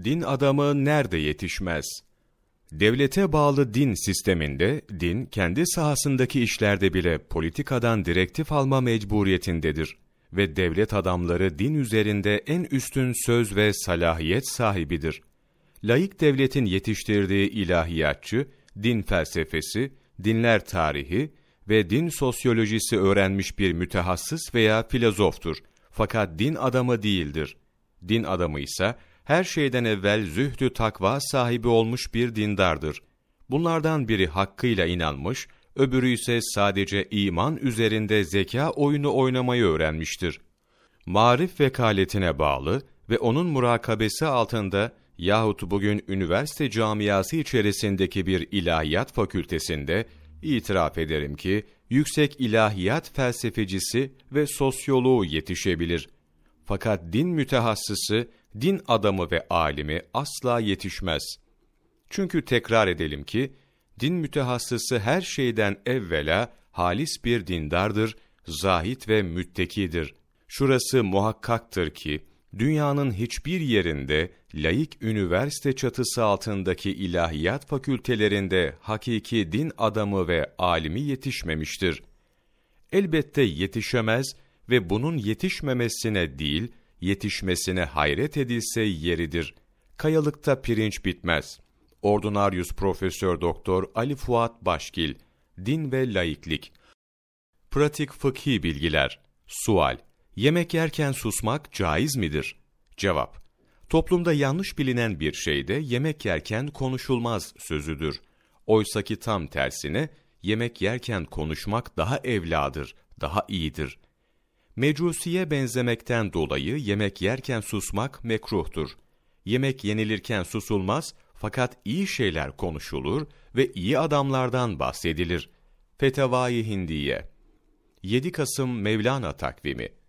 din adamı nerede yetişmez? Devlete bağlı din sisteminde, din kendi sahasındaki işlerde bile politikadan direktif alma mecburiyetindedir ve devlet adamları din üzerinde en üstün söz ve salahiyet sahibidir. Laik devletin yetiştirdiği ilahiyatçı, din felsefesi, dinler tarihi ve din sosyolojisi öğrenmiş bir mütehassıs veya filozoftur. Fakat din adamı değildir. Din adamı ise her şeyden evvel zühdü takva sahibi olmuş bir dindardır. Bunlardan biri hakkıyla inanmış, öbürü ise sadece iman üzerinde zeka oyunu oynamayı öğrenmiştir. Marif vekaletine bağlı ve onun murakabesi altında yahut bugün üniversite camiası içerisindeki bir ilahiyat fakültesinde, itiraf ederim ki, yüksek ilahiyat felsefecisi ve sosyoloğu yetişebilir. Fakat din mütehassısı, din adamı ve alimi asla yetişmez. Çünkü tekrar edelim ki, din mütehassısı her şeyden evvela halis bir dindardır, zahit ve müttekidir. Şurası muhakkaktır ki, dünyanın hiçbir yerinde laik üniversite çatısı altındaki ilahiyat fakültelerinde hakiki din adamı ve alimi yetişmemiştir. Elbette yetişemez ve bunun yetişmemesine değil, yetişmesine hayret edilse yeridir. Kayalıkta pirinç bitmez. Ordinaryus Profesör Doktor Ali Fuat Başkil, Din ve Laiklik. Pratik fıkhi bilgiler. Sual: yemek yerken susmak caiz midir? Cevap: toplumda yanlış bilinen bir şey de yemek yerken konuşulmaz sözüdür. Oysaki tam tersine, yemek yerken konuşmak daha evladır, daha iyidir. Mecusiye benzemekten dolayı yemek yerken susmak mekruhtur. Yemek yenilirken susulmaz, fakat iyi şeyler konuşulur ve iyi adamlardan bahsedilir. Fetavai Hindiye 7 Kasım Mevlana takvimi